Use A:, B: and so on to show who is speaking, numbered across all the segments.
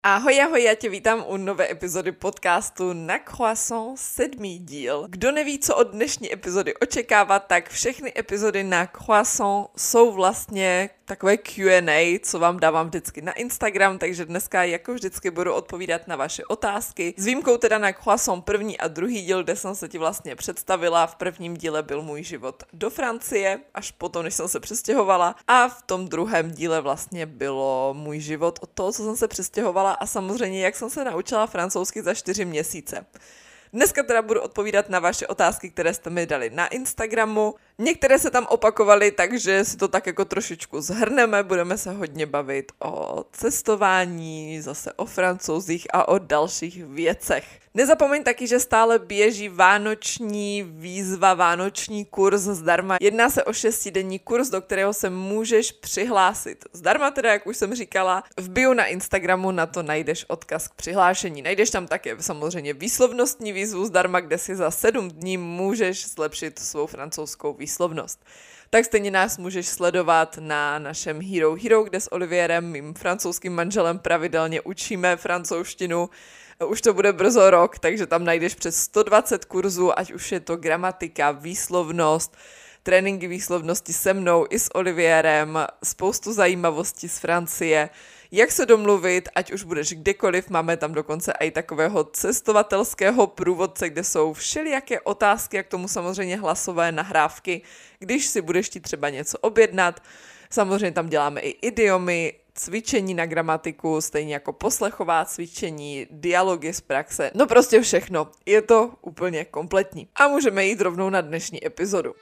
A: Ahoj, ahoj, já tě vítám u nové epizody podcastu Na Croissant 7. díl. Kdo neví, co od dnešní epizody očekávat, tak všechny epizody Na Croissant jsou vlastně takové Q&A, co vám dávám vždycky na Instagram, takže dneska jako vždycky budu odpovídat na vaše otázky. S výjimkou teda Na Croissant první a druhý díl, kde jsem se ti vlastně představila. V prvním díle byl můj život do Francie, až potom, než jsem se přestěhovala. A v tom druhém díle vlastně bylo můj život od toho, co jsem se přestěhovala a samozřejmě, jak jsem se naučila francouzsky za 4 měsíce. Dneska teda budu odpovídat na vaše otázky, které jste mi dali na Instagramu. Některé se tam opakovaly, takže si to tak jako trošičku zhrneme. Budeme se hodně bavit o cestování, zase o Francouzích a o dalších věcech. Nezapomeň taky, že stále běží vánoční výzva, vánoční kurz zdarma. Jedná se o 6denní kurz, do kterého se můžeš přihlásit zdarma, teda jak už jsem říkala. V bio na Instagramu na to najdeš odkaz k přihlášení. Najdeš tam také samozřejmě výslovnostní výzvu zdarma, kde si za 7 dní můžeš zlepšit svou francouzskou výslovnost. Tak stejně nás můžeš sledovat na našem Hero Hero, kde s Olivierem, mým francouzským manželem, pravidelně učíme francouzštinu. Už to bude brzo rok, takže tam najdeš přes 120 kurzů, ať už je to gramatika, výslovnost, tréninky výslovnosti se mnou i s Olivierem, spoustu zajímavostí z Francie, jak se domluvit, ať už budeš kdekoliv, máme tam dokonce i takového cestovatelského průvodce, kde jsou všelijaké otázky, jak tomu samozřejmě hlasové nahrávky, když si budeš ti třeba něco objednat. Samozřejmě tam děláme i idiomy, cvičení na gramatiku, stejně jako poslechová cvičení, dialogy z praxe, no prostě všechno. Je to úplně kompletní. A můžeme jít rovnou na dnešní epizodu.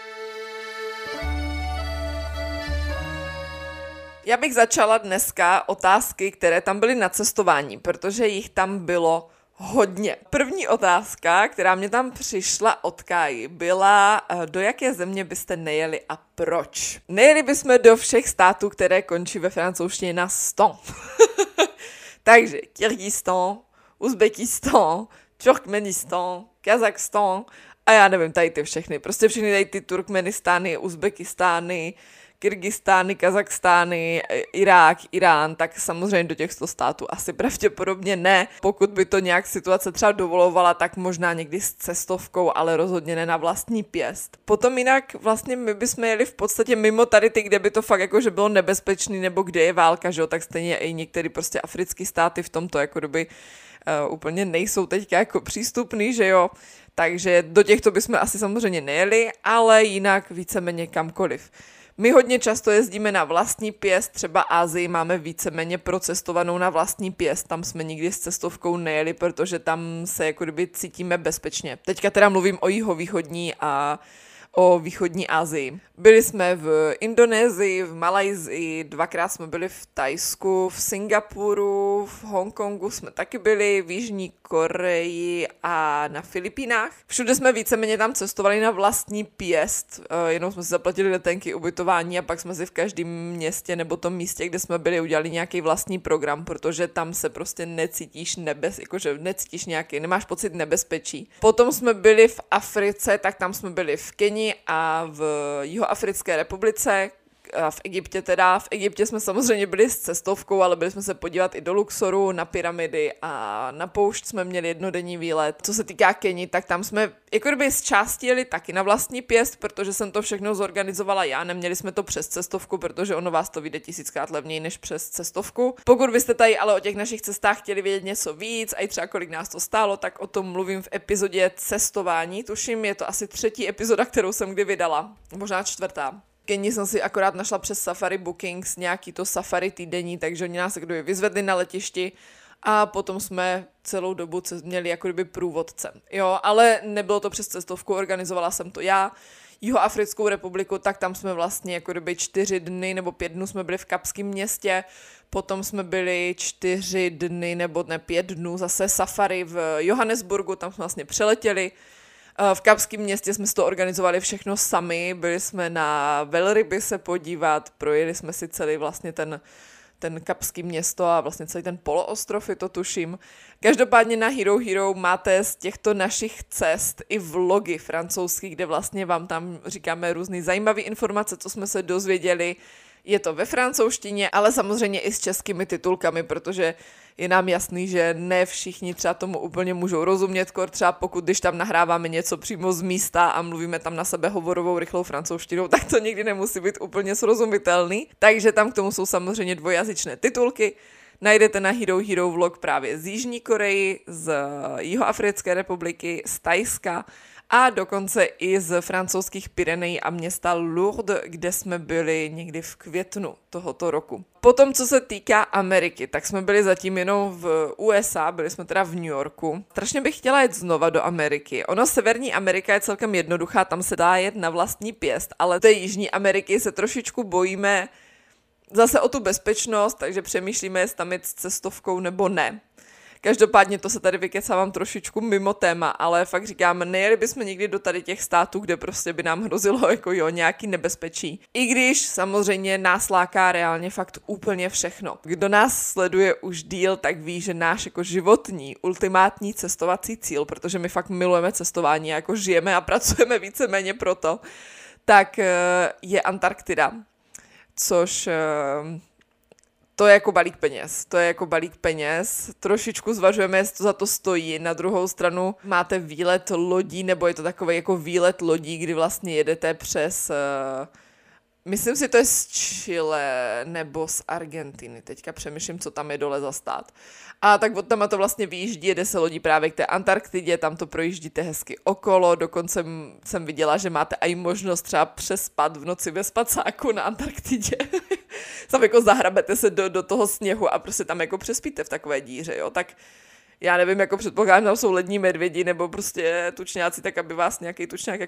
A: Já bych začala dneska otázky, které tam byly na cestování, protože jich tam bylo hodně. První otázka, která mě tam přišla od Káji, byla, do jaké země byste nejeli a proč? Nejeli bychom do všech států, které končí ve francouzštině na ston. Takže Kyrgyzstan, Uzbekistan, Turkmenistan, Kazachstan a já nevím, tady ty všechny. Prostě všechny tady ty Turkmenistány, Uzbekistány, Kyrgyzstány, Kazachstány, Irák, Irán, tak samozřejmě do těchto států asi pravděpodobně ne. Pokud by to nějak situace třeba dovolovala, tak možná někdy s cestovkou, ale rozhodně ne na vlastní pěst. Potom jinak vlastně my bychom jeli v podstatě mimo tady ty, kde by to fakt jako, že bylo nebezpečný nebo kde je válka, že jo, tak stejně i některé prostě africké státy v tomto jako doby úplně nejsou teďka jako přístupný, že jo. Takže do těchto bychom asi samozřejmě nejeli, ale jinak víceméně kamkoliv. My hodně často jezdíme na vlastní pěst, třeba Asii máme víceméně procestovanou na vlastní pěst, tam jsme nikdy s cestovkou nejeli, protože tam se jako kdyby cítíme bezpečně. Teďka teda mluvím o jihovýchodní a o východní Asii. Byli jsme v Indonésii, v Malajsii, 2krát jsme byli v Thajsku, v Singapuru, v Hongkongu jsme taky byli, v Jižní Koreji a na Filipínách. Všude jsme víceméně tam cestovali na vlastní pěst, jenom jsme si zaplatili letenky, ubytování a pak jsme si v každém městě nebo tom místě, kde jsme byli, udělali nějaký vlastní program, protože tam se prostě necítíš jakože necítíš nějaký, nemáš pocit nebezpečí. Potom jsme byli v Africe, tak tam jsme byli v Keni a v Jihoafrické republice, a v Egyptě teda. V Egyptě jsme samozřejmě byli s cestovkou, ale byli jsme se podívat i do Luxoru, na pyramidy a na poušť jsme měli jednodenní výlet. Co se týká Keni, tak tam jsme jako kdyby z části jeli taky na vlastní pěst, protože jsem to všechno zorganizovala já, neměli jsme to přes cestovku, protože ono vás to vyjde 1000krát levněji než přes cestovku. Pokud byste tady ale o těch našich cestách chtěli vědět něco víc a i třeba kolik nás to stálo, tak o tom mluvím v epizodě cestování. Tuším, je to asi 3. epizoda, kterou jsem kdy vydala, možná 4. Keni jsem si akorát našla přes Safari Bookings nějaký to Safari týdenní, takže oni nás kdo je vyzvedli na letišti a potom jsme celou dobu měli jako kdyby průvodce. Jo, ale nebylo to přes cestovku, organizovala jsem to já. Jihoafrickou republiku, tak tam jsme vlastně jako kdyby 4 dny nebo 5 dnů jsme byli v Kapském městě, potom jsme byli 4 dny nebo ne 5 dnů zase safari v Johannesburgu, tam jsme vlastně přeletěli. V Kapském městě jsme si to organizovali všechno sami, byli jsme na velryby se podívat, projeli jsme si celý vlastně ten Kapský město a vlastně celý ten poloostrov, je to tuším. Každopádně na Hero Hero máte z těchto našich cest i vlogy francouzský, kde vlastně vám tam říkáme různý zajímavé informace, co jsme se dozvěděli, Je to ve francouzštině, ale samozřejmě i s českými titulkami, protože je nám jasný, že ne všichni třeba tomu úplně můžou rozumět, třeba pokud když tam nahráváme něco přímo z místa a mluvíme tam na sebe hovorovou rychlou francouzštinou, tak to někdy nemusí být úplně srozumitelný. Takže tam k tomu jsou samozřejmě dvojjazyčné titulky. Najdete na Hero Hero vlog právě z Jižní Koreji, z Jihoafrické republiky, z Thajska a dokonce i z francouzských Pyrenejí a města Lourdes, kde jsme byli někdy v květnu tohoto roku. Potom, co se týká Ameriky, tak jsme byli zatím jenom v USA, byli jsme teda v New Yorku. Strašně bych chtěla jet znova do Ameriky. Ono, Severní Amerika je celkem jednoduchá, tam se dá jet na vlastní pěst, ale té Jižní Ameriky se trošičku bojíme zase o tu bezpečnost, takže přemýšlíme, jestli tam jet s cestovkou nebo ne. Každopádně to se tady vykecávám trošičku mimo téma, ale fakt říkám, nejeli bychom někdy do tady těch států, kde prostě by nám hrozilo nějaký nebezpečí. I když samozřejmě nás láká reálně fakt úplně všechno. Kdo nás sleduje už díl, tak ví, že náš životní, ultimátní cestovací cíl, protože my fakt milujeme cestování, žijeme a pracujeme víceméně proto, tak je Antarktida. Což to je jako balík peněz. Trošičku zvažujeme, jestli to za to stojí. Na druhou stranu máte výlet lodí, nebo je to takový výlet lodí, kdy vlastně jedete přes... myslím si, to je z Chile nebo z Argentiny. Teďka přemýšlím, co tam je dole za stát. A tak od tam to vlastně vyjíždí, jede se lodí právě k té Antarktidě, tam to projíždíte hezky okolo, dokonce jsem viděla, že máte i možnost třeba přespat v noci ve spacáku na Antarktidě. Tam zahrabete se do toho sněhu a prostě tam přespíte v takové díře, jo, tak já nevím, předpokládám, tam jsou lední medvědi nebo prostě tučňáci, tak aby vás nějaký tučňák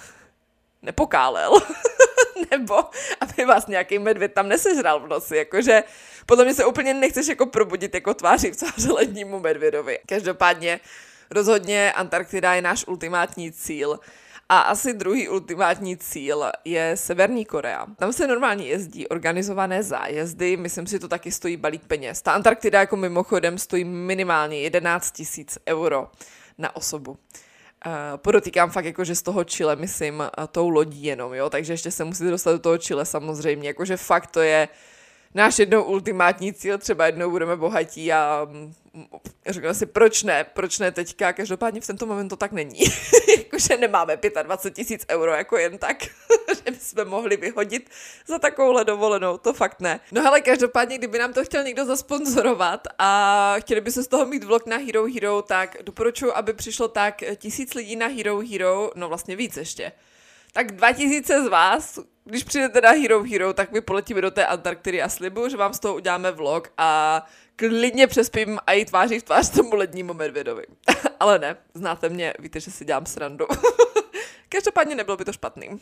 A: nepokálel. Nebo aby vás nějaký medvěd tam nesežral v noci, podle mě se úplně nechceš probudit tváří v tváři lednímu medvědovi. Každopádně rozhodně Antarktida je náš ultimátní cíl a asi druhý ultimátní cíl je Severní Korea. Tam se normálně jezdí organizované zájezdy, myslím si, to taky stojí balík peněz. Ta Antarktida mimochodem stojí minimálně 11 000 euro na osobu. Podotýkám fakt, že z toho Chile, myslím, tou lodí jenom, jo, takže ještě se musíte dostat do toho Chile samozřejmě, fakt to je náš jednou ultimátní cíl, třeba jednou budeme bohatí a řekneme si, proč ne teďka, každopádně v tento moment to tak není, nemáme 25 000 euro jen tak, že bychom mohli vyhodit za takovouhle dovolenou, to fakt ne. No hele, každopádně, kdyby nám to chtěl někdo zasponzorovat a chtěli by se z toho mít vlog na Hero Hero, tak doporučuji, aby přišlo tak 1000 lidí na Hero Hero, no vlastně víc ještě. Tak 2000 z vás, když přijdete na Hero Hero, tak my poletíme do té Antarktidy a slibuju, že vám z toho uděláme vlog a klidně přespím a i tváří v tvář tomu lednímu medvědovi. Ale ne, znáte mě, víte, že si dělám srandu. Každopádně nebylo by to špatný.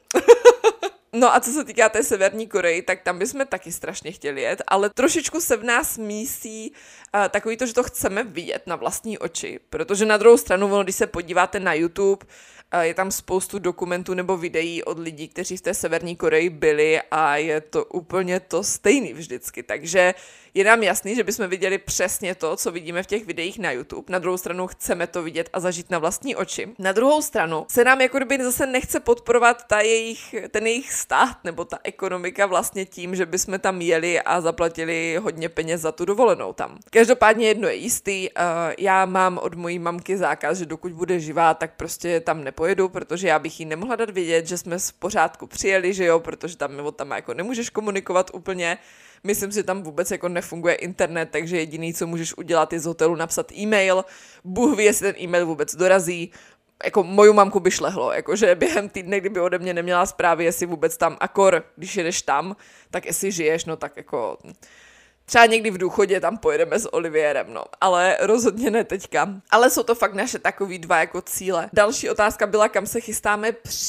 A: No a co se týká té Severní Koreji, tak tam bychom taky strašně chtěli jet, ale trošičku se v nás mísí takový to, že to chceme vidět na vlastní oči, protože na druhou stranu, když se podíváte na YouTube, je tam spoustu dokumentů nebo videí od lidí, kteří v té Severní Koreji byli a je to úplně to stejný vždycky, takže je nám jasný, že bychom viděli přesně to, co vidíme v těch videích na YouTube. Na druhou stranu chceme to vidět a zažít na vlastní oči. Na druhou stranu se nám kdyby zase nechce podporovat ten jejich stát nebo ta ekonomika vlastně tím, že bychom tam jeli a zaplatili hodně peněz za tu dovolenou tam. Každopádně jedno je jistý, já mám od mojí mamky zákaz, že dokud bude živá, tak prostě tam nepojedu, protože já bych jí nemohla dát vědět, že jsme v pořádku přijeli, že jo, protože tam nemůžeš komunikovat úplně. Myslím si, že tam vůbec nefunguje internet, takže jediný, co můžeš udělat, je z hotelu napsat e-mail. Bůh ví, jestli ten e-mail vůbec dorazí. Moju mamku by šlehlo, že během týdne, kdyby ode mě neměla zprávy, jestli vůbec tam, když jedeš tam, tak jestli žiješ, no tak třeba někdy v důchodě tam pojedeme s Olivierem, no, ale rozhodně ne teďka. Ale jsou to fakt naše takový dva cíle. Další otázka byla, kam se chystáme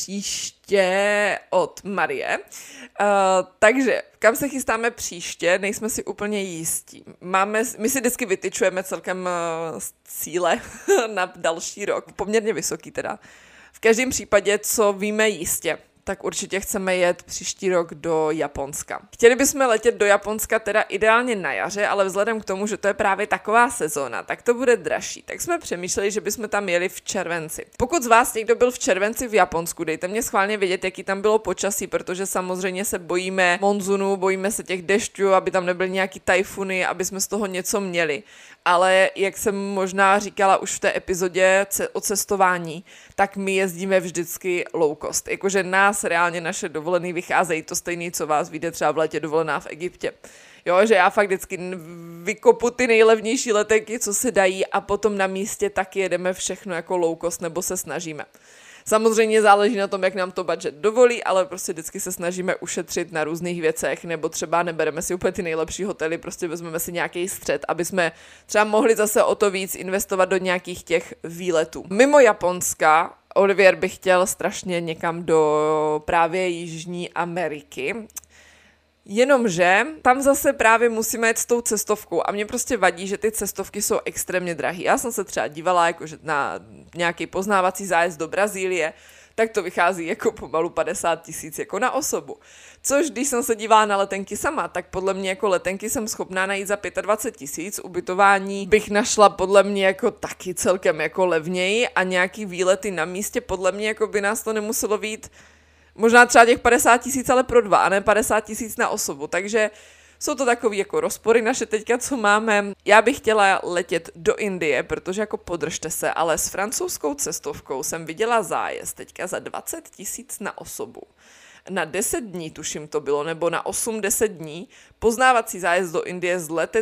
A: příště od Marie. Takže, kam se chystáme příště, nejsme si úplně jistí. My si vždycky vytyčujeme celkem cíle na další rok, poměrně vysoký teda. V každém případě, co víme jistě, tak určitě chceme jet příští rok do Japonska. Chtěli bychom letět do Japonska teda ideálně na jaře, ale vzhledem k tomu, že to je právě taková sezóna, tak to bude dražší. Tak jsme přemýšleli, že bychom tam jeli v červenci. Pokud z vás někdo byl v červenci v Japonsku, dejte mě schválně vědět, jaký tam bylo počasí, protože samozřejmě se bojíme monzunu, bojíme se těch dešťů, aby tam nebyly nějaký tajfuny, aby jsme z toho něco měli. Ale jak jsem možná říkala už v té epizodě o cestování, tak my jezdíme vždycky low cost. Jakože nás reálně naše dovolený vycházejí to stejný, co vás vyjde třeba v létě dovolená v Egyptě. Jo, že já fakt vždycky vykopu ty nejlevnější letenky, co se dají a potom na místě taky jedeme všechno jako low cost nebo se snažíme. Samozřejmě záleží na tom, jak nám to budget dovolí, ale prostě vždycky se snažíme ušetřit na různých věcech, nebo třeba nebereme si úplně ty nejlepší hotely, prostě vezmeme si nějaký střed, aby jsme třeba mohli zase o to víc investovat do nějakých těch výletů. Mimo Japonska, Olivier by chtěl strašně někam do právě Jižní Ameriky. Jenomže tam zase právě musíme jet s tou cestovkou a mě prostě vadí, že ty cestovky jsou extrémně drahé. Já jsem se třeba dívala jakože na nějaký poznávací zájezd do Brazílie, tak to vychází jako pomalu 50 000 jako na osobu. Což když jsem se dívala na letenky sama, tak podle mě jako letenky jsem schopná najít za 25 000, ubytování bych našla podle mě jako taky celkem jako levněji a nějaký výlety na místě podle mě jako by nás to nemuselo vyjít možná třeba těch 50 000, ale pro 2, a ne 50 000 na osobu. Takže jsou to takový jako rozpory naše teďka, co máme. Já bych chtěla letět do Indie, protože jako podržte se, ale s francouzskou cestovkou jsem viděla zájezd teďka za 20 000 na osobu. Na 10 dní, tuším to bylo, nebo na 8-10 dní, poznávací zájezd do Indie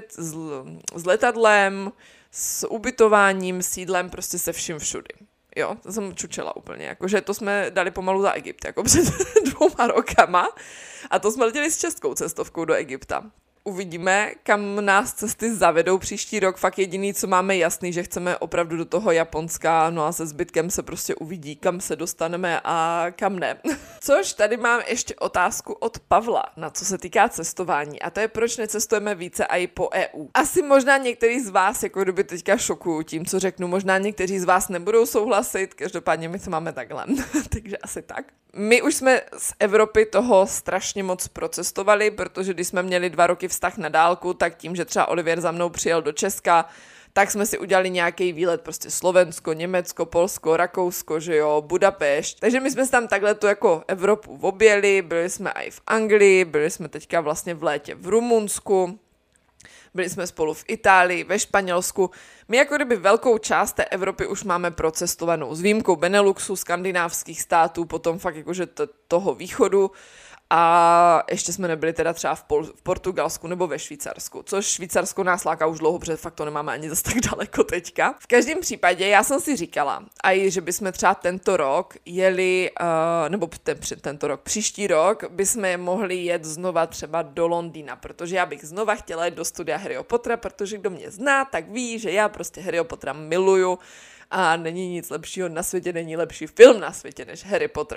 A: s letadlem, s ubytováním, sídlem, prostě se vším všudy. Jo, to jsem čučela úplně, jakože to jsme dali pomalu za Egypt, jako před 2 rokama a to jsme letěli s českou cestovkou do Egypta. Uvidíme, kam nás cesty zavedou příští rok, fakt jediný, co máme jasný, že chceme opravdu do toho Japonska, no a se zbytkem se prostě uvidí, kam se dostaneme a kam ne. Což tady mám ještě otázku od Pavla, na co se týká cestování a to je, proč necestujeme více a i po EU. Asi možná některý z vás, jako kdyby teďka šokuju tím, co řeknu, možná někteří z vás nebudou souhlasit, každopádně my to máme takhle, takže asi tak. My už jsme z Evropy toho strašně moc procestovali, protože když jsme měli 2 roky vztah na dálku, tak tím, že třeba Olivier za mnou přijel do Česka, tak jsme si udělali nějaký výlet, prostě Slovensko, Německo, Polsko, Rakousko, že jo, Budapešť. Takže my jsme si tam takhle tu jako Evropu objeli, byli jsme i v Anglii, byli jsme teďka vlastně v létě v Rumunsku, byli jsme spolu v Itálii, ve Španělsku. My jako kdyby velkou část té Evropy už máme procestovanou, s výjimkou Beneluxu, skandinávských států, potom fakt jakože toho východu. A ještě jsme nebyli teda třeba v Portugalsku nebo ve Švýcarsku, což Švýcarsko nás láká už dlouho, protože fakt to nemáme ani zase tak daleko teďka. V každém případě já jsem si říkala, a že bychom třeba tento rok jeli, nebo tento rok, příští rok, bychom mohli jet znova třeba do Londýna, protože já bych znova chtěla jít do studia Harryho Pottera, protože kdo mě zná, tak ví, že já prostě Harryho Pottera miluju a není nic lepšího na světě, není lepší film na světě než Harry Potter.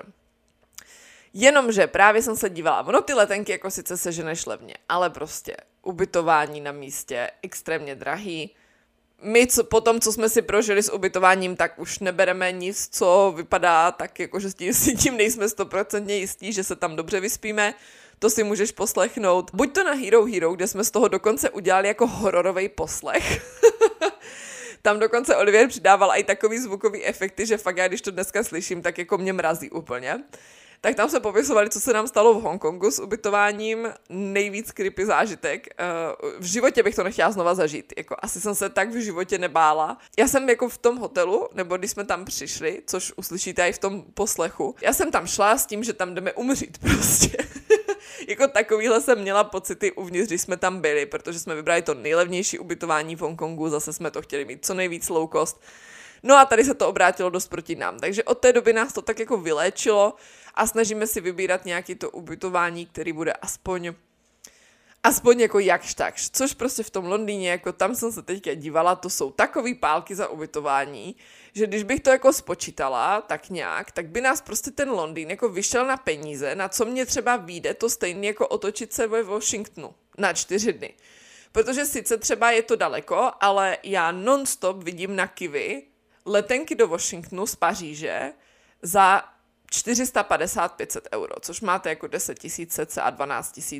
A: Jenomže právě jsem se dívala, ono ty letenky jako sice seženeš levně, ale prostě ubytování na místě extrémně drahý. My po tom, co jsme si prožili s ubytováním, tak už nebereme nic, co vypadá tak, jako že si tím nejsme 100% jistí, že se tam dobře vyspíme. To si můžeš poslechnout. Buď to na Hero Hero, kde jsme z toho dokonce udělali jako hororový poslech. Tam dokonce Olivier přidával i takový zvukový efekty, že fakt já, když to dneska slyším, tak jako mě mrazí úplně. Tak tam se popisovali, co se nám stalo v Hongkongu s ubytováním, nejvíc creepy zážitek. V životě bych to nechtěla znova zažít, jako asi jsem se tak v životě nebála. Já jsem jako v tom hotelu, nebo když jsme tam přišli, což uslyšíte i v tom poslechu, já jsem tam šla s tím, že tam jdeme umřít prostě. Jako takovýhle jsem měla pocity uvnitř, když jsme tam byli, protože jsme vybrali to nejlevnější ubytování v Hongkongu, zase jsme to chtěli mít co nejvíc low cost. No a tady se to obrátilo dost proti nám, takže od té doby nás to tak jako vyléčilo a snažíme si vybírat nějaké to ubytování, který bude aspoň jako jakž takž, což prostě v tom Londýně, jako tam jsem se teďka dívala, to jsou takový pálky za ubytování, že když bych to jako spočítala tak nějak, tak by nás prostě ten Londýn jako vyšel na peníze, na co mě třeba vyjde to stejně jako otočit se ve Washingtonu na 4 dny. Protože sice třeba je to daleko, ale já non-stop vidím na Kiwi letenky do Washingtonu z Paříže za 450-500 euro, což máte jako 10 000 cca 12 000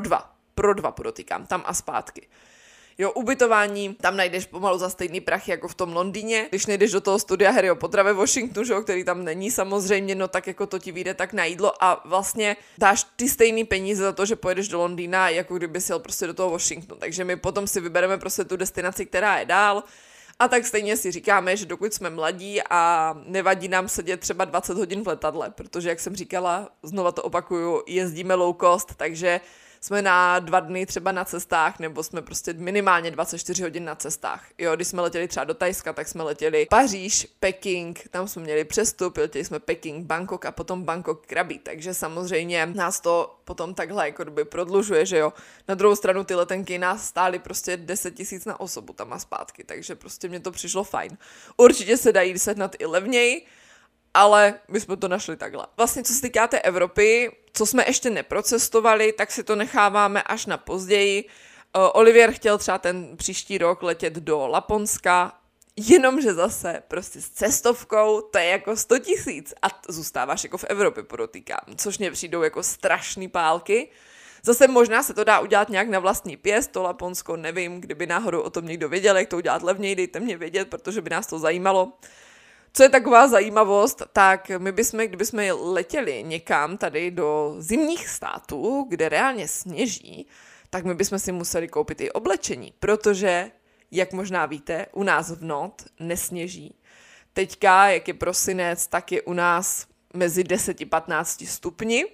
A: pro dva podotýkám, tam a zpátky. Jo, ubytování, tam najdeš pomalu za stejný prachy jako v tom Londýně. Když nejdeš do toho studia Harryho Pottera ve Washingtonu, že jo, který tam není samozřejmě, no tak jako to ti vyjde tak na jídlo a vlastně dáš ty stejný peníze za to, že pojedeš do Londýna, jako kdyby si jel prostě do toho Washingtonu. Takže my potom si vybereme prostě tu destinaci, která je dál. A tak stejně si říkáme, že dokud jsme mladí a nevadí nám sedět třeba 20 hodin v letadle, protože jak jsem říkala, znova to opakuju, jezdíme low cost, takže jsme na 2 dny třeba na cestách, nebo jsme prostě minimálně 24 hodin na cestách. Jo, když jsme letěli třeba do Thajska, tak jsme letěli Paříž, Peking, tam jsme měli přestup, letěli jsme Peking, Bangkok a potom Bangkok Krabi, takže samozřejmě nás to potom takhle jako doby prodlužuje, že jo. Na druhou stranu ty letenky nás stály prostě 10 000 na osobu tam a zpátky, takže prostě mě to přišlo fajn. Určitě se dají sehnat i levněji, ale my jsme to našli takhle. Vlastně co se týká té Evropy, co jsme ještě neprocestovali, tak si to necháváme až na později. Olivier chtěl třeba ten příští rok letět do Laponska, jenomže zase prostě s cestovkou to je jako 100 000 a zůstáváš jako v Evropě, podotýkám, což mě přijdou jako strašný pálky. Zase možná se to dá udělat nějak na vlastní pěst, to Laponsko nevím, kdyby náhodou o tom někdo věděl, jak to udělat levněji, dejte mě vědět, protože by nás to zajímalo. Co je taková zajímavost, tak my kdybychom letěli někam tady do zimních států, kde reálně sněží, tak my bychom si museli koupit i oblečení, protože, jak možná víte, u nás v Not nesněží. Teďka, jak je prosinec, tak je u nás mezi 10-15 stupni,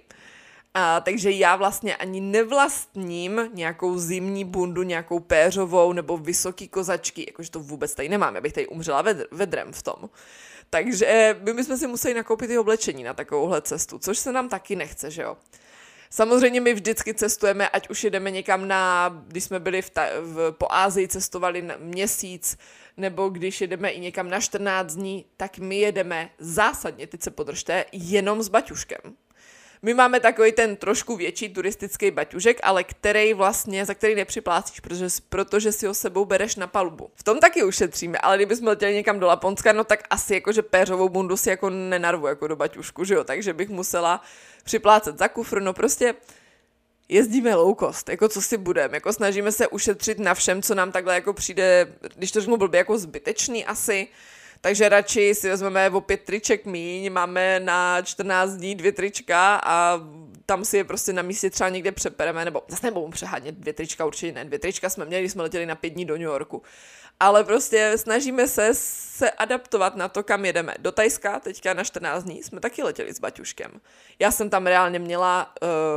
A: takže já vlastně ani nevlastním nějakou zimní bundu, nějakou péřovou nebo vysoký kozačky, jakože to vůbec tady nemám, já bych tady umřela vedrem v tom. Takže my bychom si museli nakoupit i oblečení na takovouhle cestu, což se nám taky nechce, že jo. Samozřejmě my vždycky cestujeme, ať už jedeme někam když jsme byli po Ázii, cestovali na měsíc, nebo když jedeme i někam na 14 dní, tak my jedeme zásadně, teď se podržte, jenom s baťuškem. My máme takový ten trošku větší turistický baťužek, ale za který nepřiplácíš, protože si ho sebou bereš na palubu. V tom taky ušetříme, ale kdybychom letěli někam do Laponska, no tak asi jakože péřovou bundu si jako nenarvu jako do baťušku, že jo, takže bych musela připlácet za kufr, no prostě jezdíme low cost, jako co si budeme, jako snažíme se ušetřit na všem, co nám takhle jako přijde, když to řeknu blbě, jako zbytečný asi. Takže radši si vezmeme o 5 triček míň, máme na 14 dní 2 trička a tam si je prostě na místě třeba někde přepereme, nebo zase nebudou přehánět 2 trička, určitě ne, 2 trička jsme měli, když jsme letěli na 5 dní do New Yorku. Ale prostě snažíme se adaptovat na to, kam jedeme. Do Thajska teďka na 14 dní jsme taky letěli s baťuškem. Já jsem tam reálně měla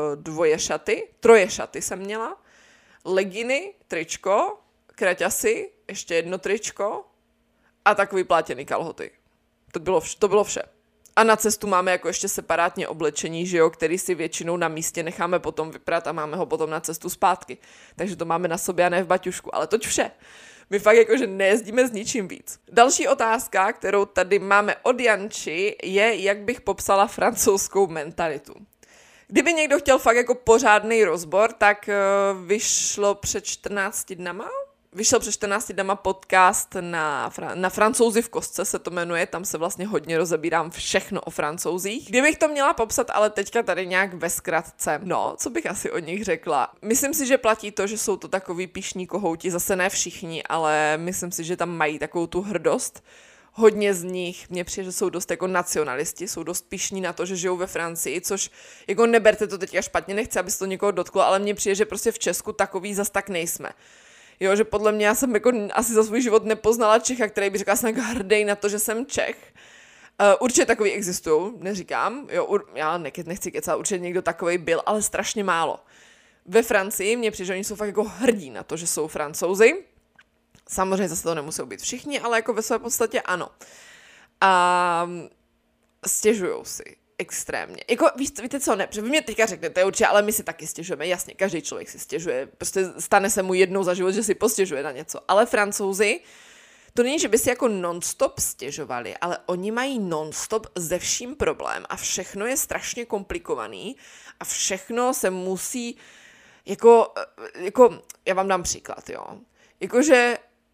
A: 3 šaty jsem měla, leginy, tričko, kraťasy, ještě 1 tričko, a takový plátěný kalhoty. To bylo vše. A na cestu máme jako ještě separátně oblečení, že jo, který si většinou na místě necháme potom vyprat a máme ho potom na cestu zpátky. Takže to máme na sobě a ne v baťušku, ale toť vše. My fakt jakože nejezdíme s ničím víc. Další otázka, kterou tady máme od Janči, je, jak bych popsala francouzskou mentalitu. Kdyby někdo chtěl fakt jako pořádný rozbor, tak vyšel před 14 dnama podcast na Francouzi v kostce se to jmenuje, tam se vlastně hodně rozebírám všechno o Francouzích. Kdybych to měla popsat, ale teďka tady nějak ve zkratce, no, co bych asi o nich řekla? Myslím si, že platí to, že jsou to takový pyšní kohouti, zase ne všichni, ale myslím si, že tam mají takovou tu hrdost. Hodně z nich, mně přijde, že jsou dost jako nacionalisti, jsou dost pyšní na to, že žijou ve Francii, což jako neberte to teďka špatně, nechci, aby se to někoho dotklo, ale mně přijde, že prostě v Česku takový zas tak nejsme. Jo, že podle mě já jsem jako asi za svůj život nepoznala Čecha, který by řekla, jsem jako hrdý na to, že jsem Čech. Určitě takový existují, neříkám, jo, já nechci kecat, určitě někdo takovej byl, ale strašně málo. Ve Francii mně přijde, že oni jsou fakt jako hrdí na to, že jsou Francouzi. Samozřejmě zase to nemusí být všichni, ale jako ve své podstatě ano. A stěžujou si extrémně. Jako, víte co, ne, protože vy mě teďka řeknete určitě, ale my si taky stěžujeme, jasně, každý člověk si stěžuje, prostě stane se mu jednou za život, že si postěžuje na něco, ale Francouzi, to není, že by si jako non-stop stěžovali, ale oni mají non-stop ze vším problém a všechno je strašně komplikovaný a všechno se musí, jako já vám dám příklad, jo, jakože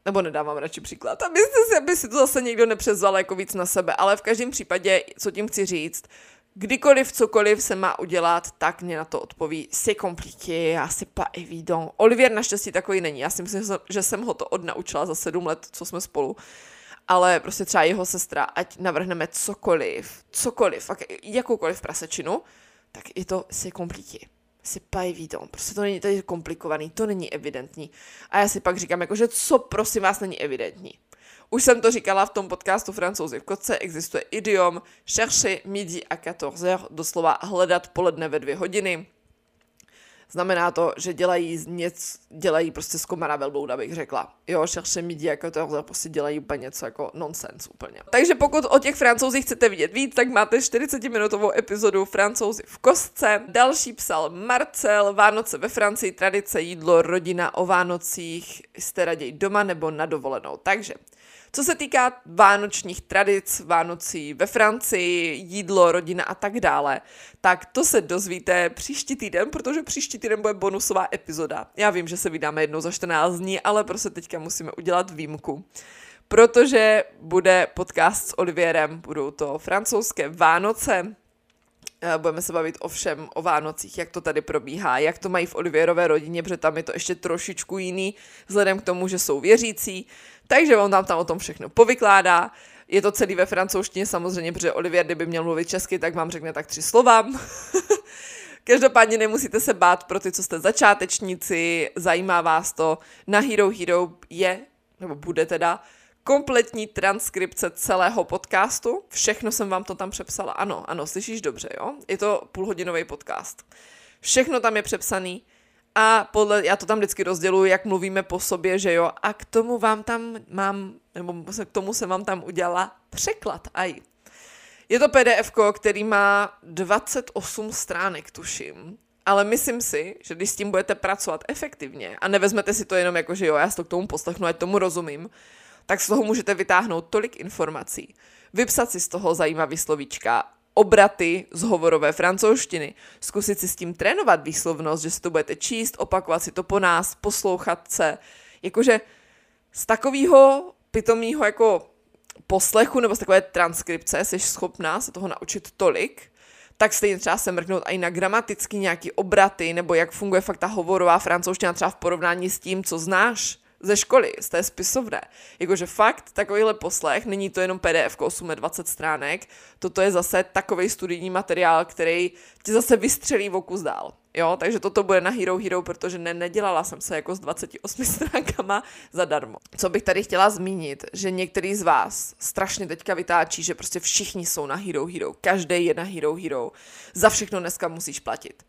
A: Nebo nedávám radši příklad. A myslíte si, aby si to zase někdo nepřevzal jako víc na sebe, ale v každém případě, co tím chci říct, kdykoliv, cokoliv se má udělat, tak mě na to odpoví, c'est compliqué, c'est pas évident. Olivier naštěstí takový není, já si myslím, že jsem ho to odnaučila za 7 let, co jsme spolu. Ale prostě třeba jeho sestra, ať navrhneme cokoliv, jakoukoliv prasečinu, tak je to c'est compliqué. C'est pas évident. Prostě to není tady komplikovaný, to není evidentní. A já si pak říkám, jako, že co prosím vás není evidentní. Už jsem to říkala v tom podcastu Francouzi v kotce, existuje idiom chercher midi à 14h, doslova hledat poledne ve 2 hodiny. Znamená to, že dělají prostě z komara velblouda, bych řekla. Jo, chercher midi à 14h, prostě dělají úplně něco jako nonsense úplně. Takže pokud o těch Francouzích chcete vidět víc, tak máte 40-minutovou epizodu Francouzi v kostce. Další psal Marcel, Vánoce ve Francii, tradice, jídlo, rodina o Vánocích, jste raději doma nebo na dovolenou. Takže co se týká vánočních tradic, Vánocí ve Francii, jídlo, rodina a tak dále, tak to se dozvíte příští týden, protože příští týden bude bonusová epizoda. Já vím, že se vydáme jednou za 14 dní, ale prostě teďka musíme udělat výjimku. Protože bude podcast s Olivierem, budou to francouzské Vánoce, budeme se bavit o Vánocích, jak to tady probíhá, jak to mají v Olivierové rodině, protože tam je to ještě trošičku jiný, vzhledem k tomu, že jsou věřící, takže on tam o tom všechno povykládá. Je to celý ve francouzštině samozřejmě, protože Olivier, kdyby měl mluvit česky, tak vám řekne tak 3 slova. Každopádně nemusíte se bát pro ty, co jste začátečníci, zajímá vás to. Na Hero Hero je, nebo bude teda, kompletní transkripce celého podcastu. Všechno jsem vám to tam přepsala. Ano, slyšíš dobře, jo? Je to půlhodinový podcast. Všechno tam je přepsaný a já to tam vždycky rozděluji, jak mluvíme po sobě, že jo? A k tomu vám tam k tomu jsem vám tam udělala překlad. Je to PDF, který má 28 stránek, tuším. Ale myslím si, že když s tím budete pracovat efektivně a nevezmete si to jenom jako, že jo, já si to k tomu poslechnu, ať tomu rozumím, tak z toho můžete vytáhnout tolik informací, vypsat si z toho zajímavý slovíčka, obraty z hovorové francouzštiny, zkusit si s tím trénovat výslovnost, že si to budete číst, opakovat si to po nás, poslouchat se, jakože z takového pitomého jako poslechu nebo z takové transkripce jsi schopná se toho naučit tolik, tak stejně třeba se mrknout i na gramaticky nějaký obraty, nebo jak funguje fakt ta hovorová francouzština třeba v porovnání s tím, co znáš ze školy, z té spisovné. Jakože fakt takovýhle poslech, není to jenom PDF 28 stránek, toto je zase takovej studijní materiál, který ti zase vystřelí o kus dál. Jo, takže toto bude na Hero Hero, protože nedělala jsem se jako s 28 stránkama zadarmo. Co bych tady chtěla zmínit, že některý z vás strašně teďka vytáčí, že prostě všichni jsou na Hero Hero, každý je na Hero Hero, za všechno dneska musíš platit.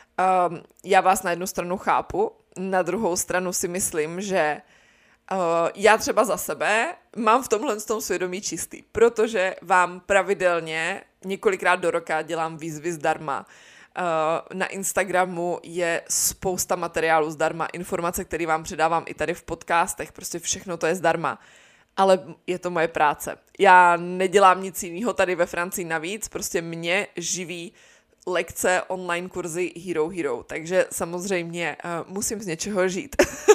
A: Já vás na jednu stranu chápu, na druhou stranu si myslím, že já třeba za sebe mám v tomhle svědomí čistý, protože vám pravidelně několikrát do roka dělám výzvy zdarma. Na Instagramu je spousta materiálů zdarma, informace, které vám předávám i tady v podcastech, prostě všechno to je zdarma. Ale je to moje práce. Já nedělám nic jiného tady ve Francii navíc, prostě mě živí lekce, online kurzy Hero Hero, takže samozřejmě musím z něčeho žít.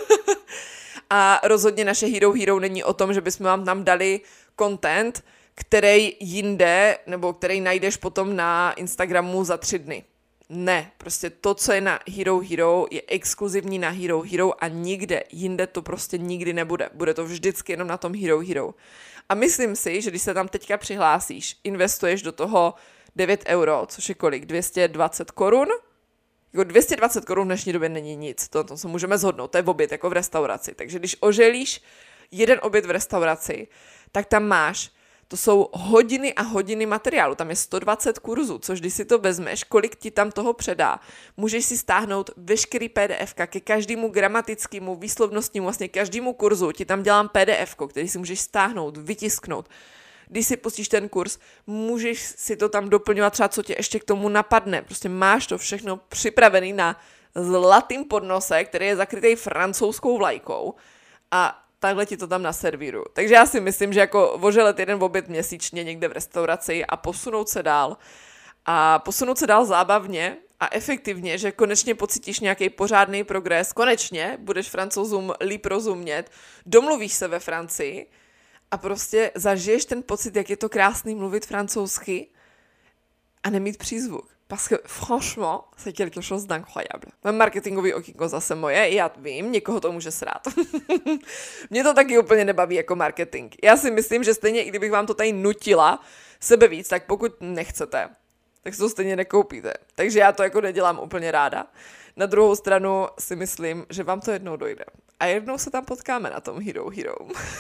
A: A rozhodně naše Hero Hero není o tom, že bychom vám tam dali content, který jinde, nebo který najdeš potom na Instagramu za 3 dny. Ne, prostě to, co je na Hero Hero, je exkluzivní na Hero Hero a nikde jinde to prostě nikdy nebude. Bude to vždycky jenom na tom Hero Hero. A myslím si, že když se tam teďka přihlásíš, investuješ do toho 9 euro, což je kolik? 220 korun? Jako 220 korun v dnešní době není nic, to se můžeme shodnout, to je oběd jako v restauraci. Takže když oželíš jeden oběd v restauraci, tak tam máš, to jsou hodiny a hodiny materiálu, tam je 120 kurzů, což když si to vezmeš, kolik ti tam toho předá, můžeš si stáhnout veškerý PDF-ka ke každému gramatickému, výslovnostnímu, vlastně každému kurzu, ti tam dělám PDF-ko, který si můžeš stáhnout, vytisknout. Když si pustíš ten kurz, můžeš si to tam doplňovat třeba, co tě ještě k tomu napadne. Prostě máš to všechno připravený na zlatým podnose, který je zakrytý francouzskou vlajkou a takhle ti to tam naservíru. Takže já si myslím, že jako oželet jeden oběd měsíčně někde v restauraci a posunout se dál zábavně a efektivně, že konečně pocítíš nějaký pořádný progres, konečně budeš Francouzům líp rozumět, domluvíš se ve Francii a prostě zažiješ ten pocit, jak je to krásný mluvit francouzsky a nemít přízvuk. Parce que franchement, c'est quelque chose d'incroyable. Marketingový okýnko zase moje, já vím, někoho to může srát. Mě to taky úplně nebaví jako marketing. Já si myslím, že stejně, i kdybych vám to tady nutila sebe víc, tak pokud nechcete, tak si to stejně nekoupíte. Takže já to jako nedělám úplně ráda. Na druhou stranu si myslím, že vám to jednou dojde. A jednou se tam potkáme na tom Hero.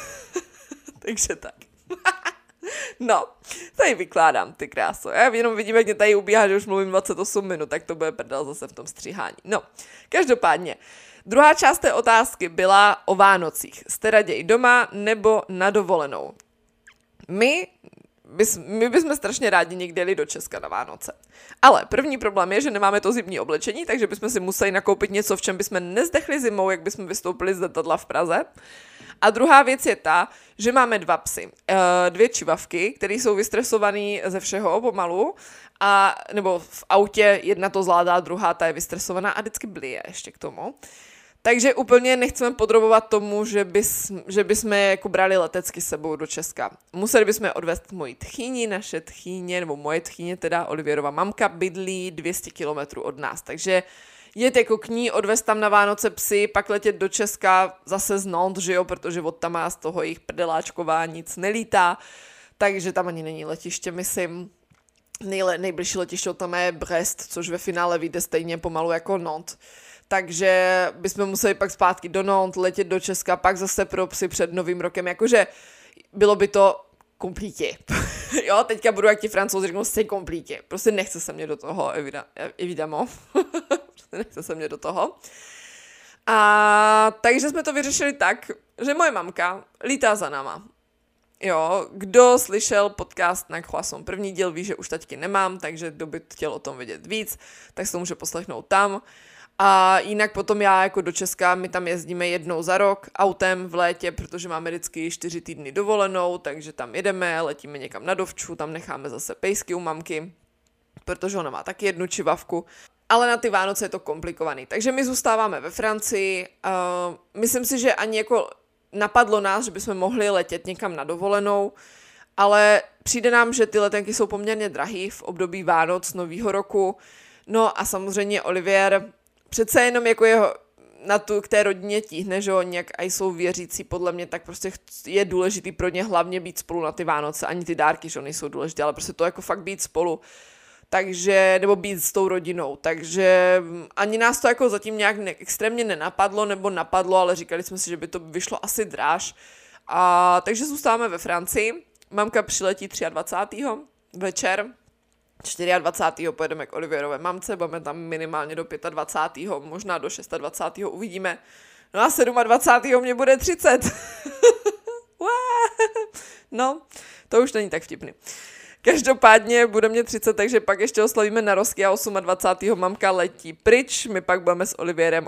A: Takže tak. No, tady vykládám, ty kráso. Já jenom vidím, jak mě tady ubíhá, že už mluvím 28 minut, tak to bude prdel zase v tom stříhání. No, každopádně. Druhá část té otázky byla o Vánocích. Jste raději doma nebo na dovolenou? My bychom strašně rádi někde jeli do Česka na Vánoce. Ale první problém je, že nemáme to zimní oblečení, takže bychom si museli nakoupit něco, v čem bychom nezdechli zimou, jak bychom vystoupili z letadla v Praze. A druhá věc je ta, že máme 2 psy. 2 čivavky, které jsou vystresované ze všeho pomalu, nebo v autě jedna to zvládá, druhá ta je vystresovaná a vždycky blije ještě k tomu. Takže úplně nechceme podrobovat tomu, že bychom je jako brali letecky s sebou do Česka. Museli bychom odvést moji tchýni, naše tchýně, nebo moje tchýně, teda Olivierova mamka, bydlí 200 kilometrů od nás. Takže jet jako k ní, odvést tam na Vánoce psy, pak letět do Česka zase z Nantes, že jo, protože od tam z toho jejich prdeláčková nic nelítá, takže tam ani není letiště, myslím. Nejbližší letiště tam je Brest, což ve finále vyjde stejně pomalu jako Nantes. Takže bychom museli pak zpátky do Nantes, letět do Česka, pak zase pro psy před Novým rokem, jakože bylo by to komplítě. Jo, teďka budu jak ti Francouzi řeknou, c'est komplítě. Prostě nechce se mě do toho, evidamo. Prostě nechce se mě do toho. A takže jsme to vyřešili tak, že moje mamka lítá za náma. Jo, kdo slyšel podcast na Croissant první díl, ví, že už taťky nemám, takže kdo by chtěl o tom vědět víc, tak se to může poslechnout tam. A jinak potom já jako do Česka, my tam jezdíme jednou za rok autem v létě, protože máme vždycky 4 týdny dovolenou, takže tam jedeme, letíme někam na dovču, tam necháme zase pejsky u mamky, protože ona má taky jednu čivavku. Ale na ty Vánoce je to komplikovaný. Takže my zůstáváme ve Francii. Myslím si, že ani jako napadlo nás, že bychom mohli letět někam na dovolenou, ale přijde nám, že ty letenky jsou poměrně drahý v období Vánoc, Novýho roku. No a samozřejmě Olivier přece jenom jako k té rodině tíhne, že oni jak aj jsou věřící, podle mě, tak prostě je důležitý pro ně hlavně být spolu na ty Vánoce. Ani ty dárky, že nejsou důležité, ale prostě to jako fakt být spolu. Takže, nebo být s tou rodinou, takže ani nás to jako zatím nějak extrémně nenapadlo, nebo napadlo, ale říkali jsme si, že by to vyšlo asi dráž. A takže zůstáváme ve Francii, mamka přiletí 23. večer, 24. pojedeme k Olivierové mamce, budeme tam minimálně do 25. možná do 26. uvidíme. No a 27. mě bude 30. No, to už není tak vtipný. Každopádně bude mě 30, takže pak ještě oslavíme narozky a 28. mamka letí pryč, my pak budeme s Olivierem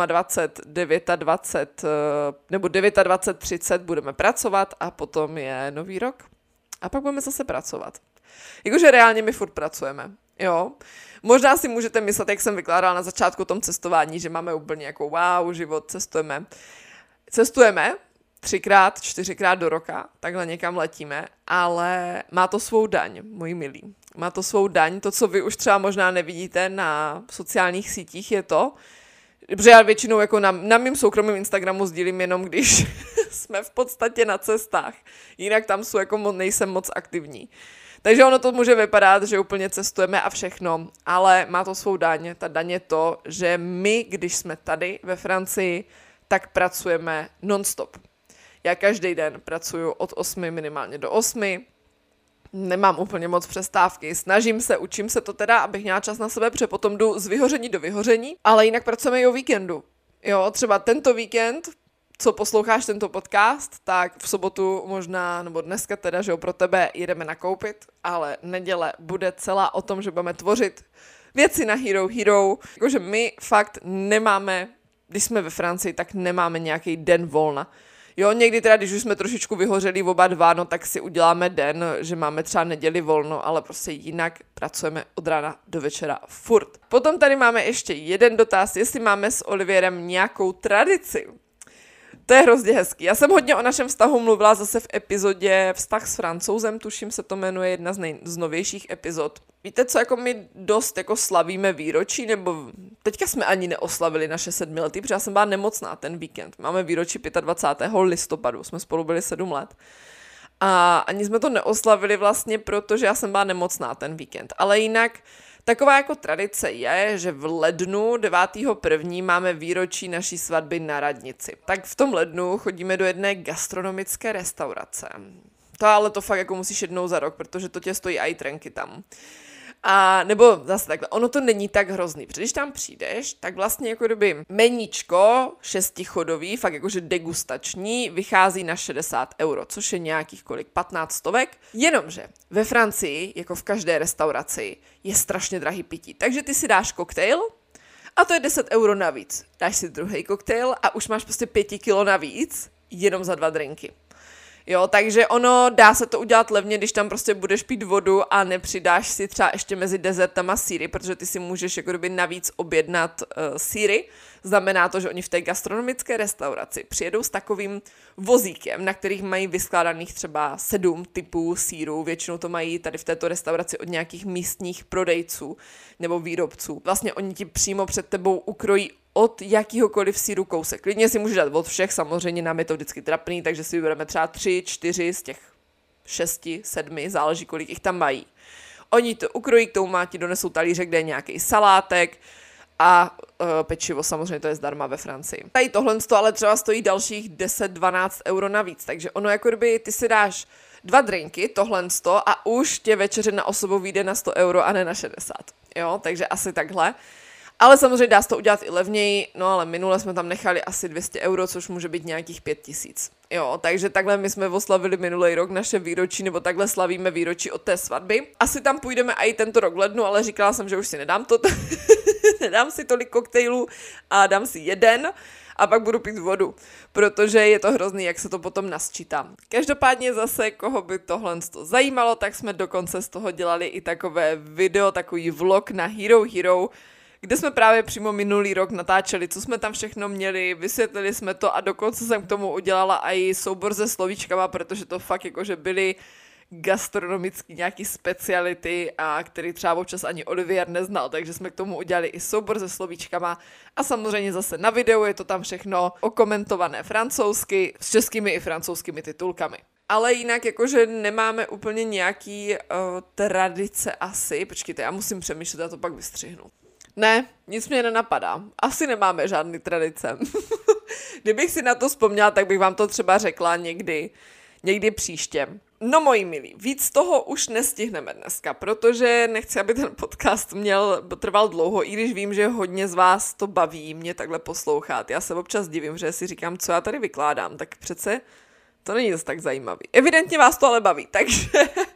A: 29, 30 budeme pracovat a potom je Nový rok a pak budeme zase pracovat. Jakože reálně my furt pracujeme, jo. Možná si můžete myslet, jak jsem vykládala na začátku o tom cestování, že máme úplně jako wow, život, cestujeme. Cestujeme 3x, 4x do roka, takhle někam letíme, ale má to svou daň, moji milí. Má to svou daň, to, co vy už třeba možná nevidíte na sociálních sítích, je to, protože já většinou jako na mým soukromém Instagramu sdílím jenom, když jsme v podstatě na cestách. Jinak tam jsou jako nejsem moc aktivní. Takže ono to může vypadat, že úplně cestujeme a všechno, ale má to svou daň. Ta daň je to, že my, když jsme tady ve Francii, tak pracujeme non-stop. Já každý den pracuju od 8 minimálně do 8. Nemám úplně moc přestávky, snažím se, učím se to teda, abych měla čas na sebe, protože potom jdu z vyhoření do vyhoření, ale jinak pracujeme i o víkendu. Jo, třeba tento víkend, co posloucháš tento podcast, tak v sobotu možná, nebo dneska teda, že jo, pro tebe jedeme nakoupit, ale neděle bude celá o tom, že budeme tvořit věci na Hero. Jakože my fakt nemáme, když jsme ve Francii, tak nemáme nějaký den volna. Jo, někdy teda, když už jsme trošičku vyhořeli oba dva, no tak si uděláme den, že máme třeba neděli volno, ale prostě jinak pracujeme od rána do večera furt. Potom tady máme ještě jeden dotaz, jestli máme s Olivierem nějakou tradici. To je hrozně hezký. Já jsem hodně o našem vztahu mluvila zase v epizodě Vztah s Francouzem, tuším se to jmenuje, jedna z novějších epizod. Víte co, jako my dost jako slavíme výročí, nebo teďka jsme ani neoslavili naše 7letý, protože já jsem byla nemocná ten víkend. Máme výročí 25. listopadu, jsme spolu byli 7 let. A ani jsme to neoslavili vlastně, protože já jsem byla nemocná ten víkend. Ale jinak taková jako tradice je, že v lednu 9.1. máme výročí naší svatby na radnici. Tak v tom lednu chodíme do jedné gastronomické restaurace. To fakt jako musíš jednou za rok, protože to tě stojí i trenky tam. A nebo zase takhle, ono to není tak hrozný, protože když tam přijdeš, tak vlastně jako kdyby meníčko 6chodový, fakt jakože degustační, vychází na 60 €, což je nějakých 15 stovek. Jenomže ve Francii, jako v každé restauraci, je strašně drahý pití. Takže ty si dáš koktejl a to je 10 € navíc. Dáš si druhý koktejl a už máš prostě 5 kilo navíc, jenom za 2 drinky. Jo, takže ono dá se to udělat levně, když tam prostě budeš pít vodu a nepřidáš si třeba ještě mezi dezertama sýry, protože ty si můžeš jako kdyby navíc objednat sýry. Znamená to, že oni v té gastronomické restauraci přijedou s takovým vozíkem, na kterých mají vyskládaných třeba 7 typů sýrů. Většinou to mají tady v této restauraci od nějakých místních prodejců nebo výrobců. Vlastně oni ti přímo před tebou ukrojí od jakýhokoliv sýru kousek. Klidně si můžeš dát od všech, samozřejmě nám je to vždycky trapný, takže si vybereme třeba 3, 4 z těch 6, 7, záleží, kolik jich tam mají. Oni to ukrojí, k tomu ti donesou talířek, kde je nějaký salátek a pečivo, samozřejmě to je zdarma ve Francii. Tady tohle ale třeba stojí dalších 10-12 € navíc, takže ono jako kdyby ty si dáš 2 drinky, tohle a už tě večeře na osobu vyjde na 100 € a ne na 60. Jo, takže asi takhle. Ale samozřejmě dá se to udělat i levněji, no ale minule jsme tam nechali asi 200 €, což může být nějakých 5 000. Jo, takže takhle my jsme oslavili minulý rok naše výročí, nebo takhle slavíme výročí od té svatby. Asi tam půjdeme i tento rok v lednu, ale říkala jsem, že už si nedám to, nedám si tolik koktejlů a dám si jeden a pak budu pít vodu, protože je to hrozný, jak se to potom nasčítá. Každopádně zase, koho by tohle zajímalo, tak jsme dokonce z toho dělali i takové video, takový vlog na Hero Hero, kde jsme právě přímo minulý rok natáčeli, co jsme tam všechno měli, vysvětlili jsme to a dokonce jsem k tomu udělala i soubor se slovíčkama, protože to fakt jakože byly gastronomický nějaký speciality, a který třeba občas ani Olivier neznal, takže jsme k tomu udělali i soubor se slovíčkama a samozřejmě zase na videu je to tam všechno okomentované francouzsky s českými i francouzskými titulkami. Ale jinak jakože nemáme úplně nějaký tradice asi, počkejte, já musím přemýšlet, já to pak vystřihnu. Ne, nic mě nenapadá. Asi nemáme žádný tradice. Kdybych si na to vzpomněla, tak bych vám to třeba řekla někdy příště. No moji milí, víc toho už nestihneme dneska, protože nechci, aby ten podcast trval dlouho, i když vím, že hodně z vás to baví mě takhle poslouchat. Já se občas divím, že si říkám, co já tady vykládám, tak přece to není zase tak zajímavý. Evidentně vás to ale baví, takže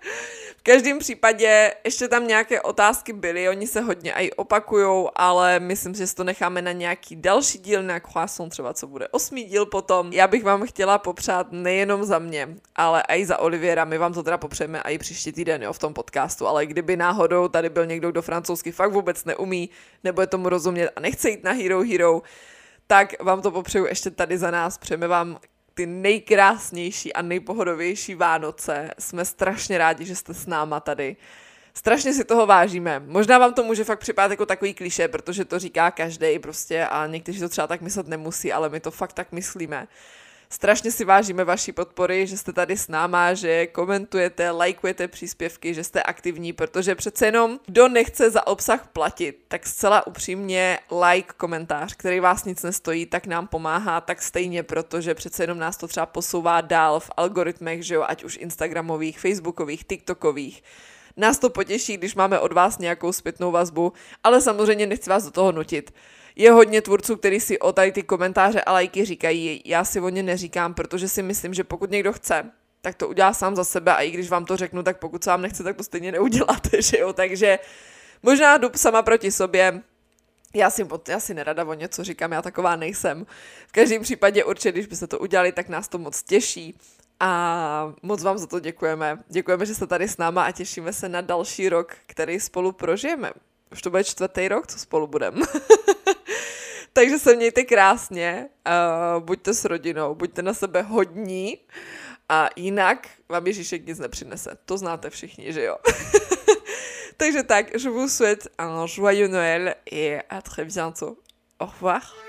A: v každém případě ještě tam nějaké otázky byly, oni se hodně i opakujou, ale myslím, že si to necháme na nějaký další díl, na Croissant třeba, co bude 8. díl potom. Já bych vám chtěla popřát nejenom za mě, ale i za Oliviera, my vám to teda popřejeme i příští týden, jo, v tom podcastu, ale kdyby náhodou tady byl někdo, kdo francouzsky fakt vůbec neumí, nebo je tomu rozumět a nechce jít na Hero Hero, tak vám to popřeju ještě tady za nás, přejeme vám ty nejkrásnější a nejpohodovější Vánoce. Jsme strašně rádi, že jste s náma tady. Strašně si toho vážíme. Možná vám to může fakt připadat jako takový klišé, protože to říká každej prostě a někteří to třeba tak myslet nemusí, ale my to fakt tak myslíme. Strašně si vážíme vaší podpory, že jste tady s náma, že komentujete, lajkujete příspěvky, že jste aktivní, protože přece jenom kdo nechce za obsah platit, tak zcela upřímně like, komentář, který vás nic nestojí, tak nám pomáhá tak stejně, protože přece jenom nás to třeba posouvá dál v algoritmech, že jo, ať už instagramových, facebookových, tiktokových. Nás to potěší, když máme od vás nějakou zpětnou vazbu, ale samozřejmě nechci vás do toho nutit. Je hodně tvůrců, kteří si o tady ty komentáře a lajky říkají, já si o ně neříkám, protože si myslím, že pokud někdo chce, tak to udělá sám za sebe a i když vám to řeknu, tak pokud se vám nechce, tak to stejně neuděláte, že jo, takže možná jdu sama proti sobě, Já si nerada o něco říkám, já taková nejsem. V každém případě určitě, když byste to udělali, tak nás to moc těší. A moc vám za to děkujeme. Děkujeme, že jste tady s náma a těšíme se na další rok, který spolu prožijeme. Už to bude 4. rok, co spolu budeme. Takže se mějte krásně, buďte s rodinou, buďte na sebe hodní a jinak vám Ježíšek nic nepřinese. To znáte všichni, že jo? Takže tak, je vous souhaite un joyeux Noël et à très bientôt. Au revoir.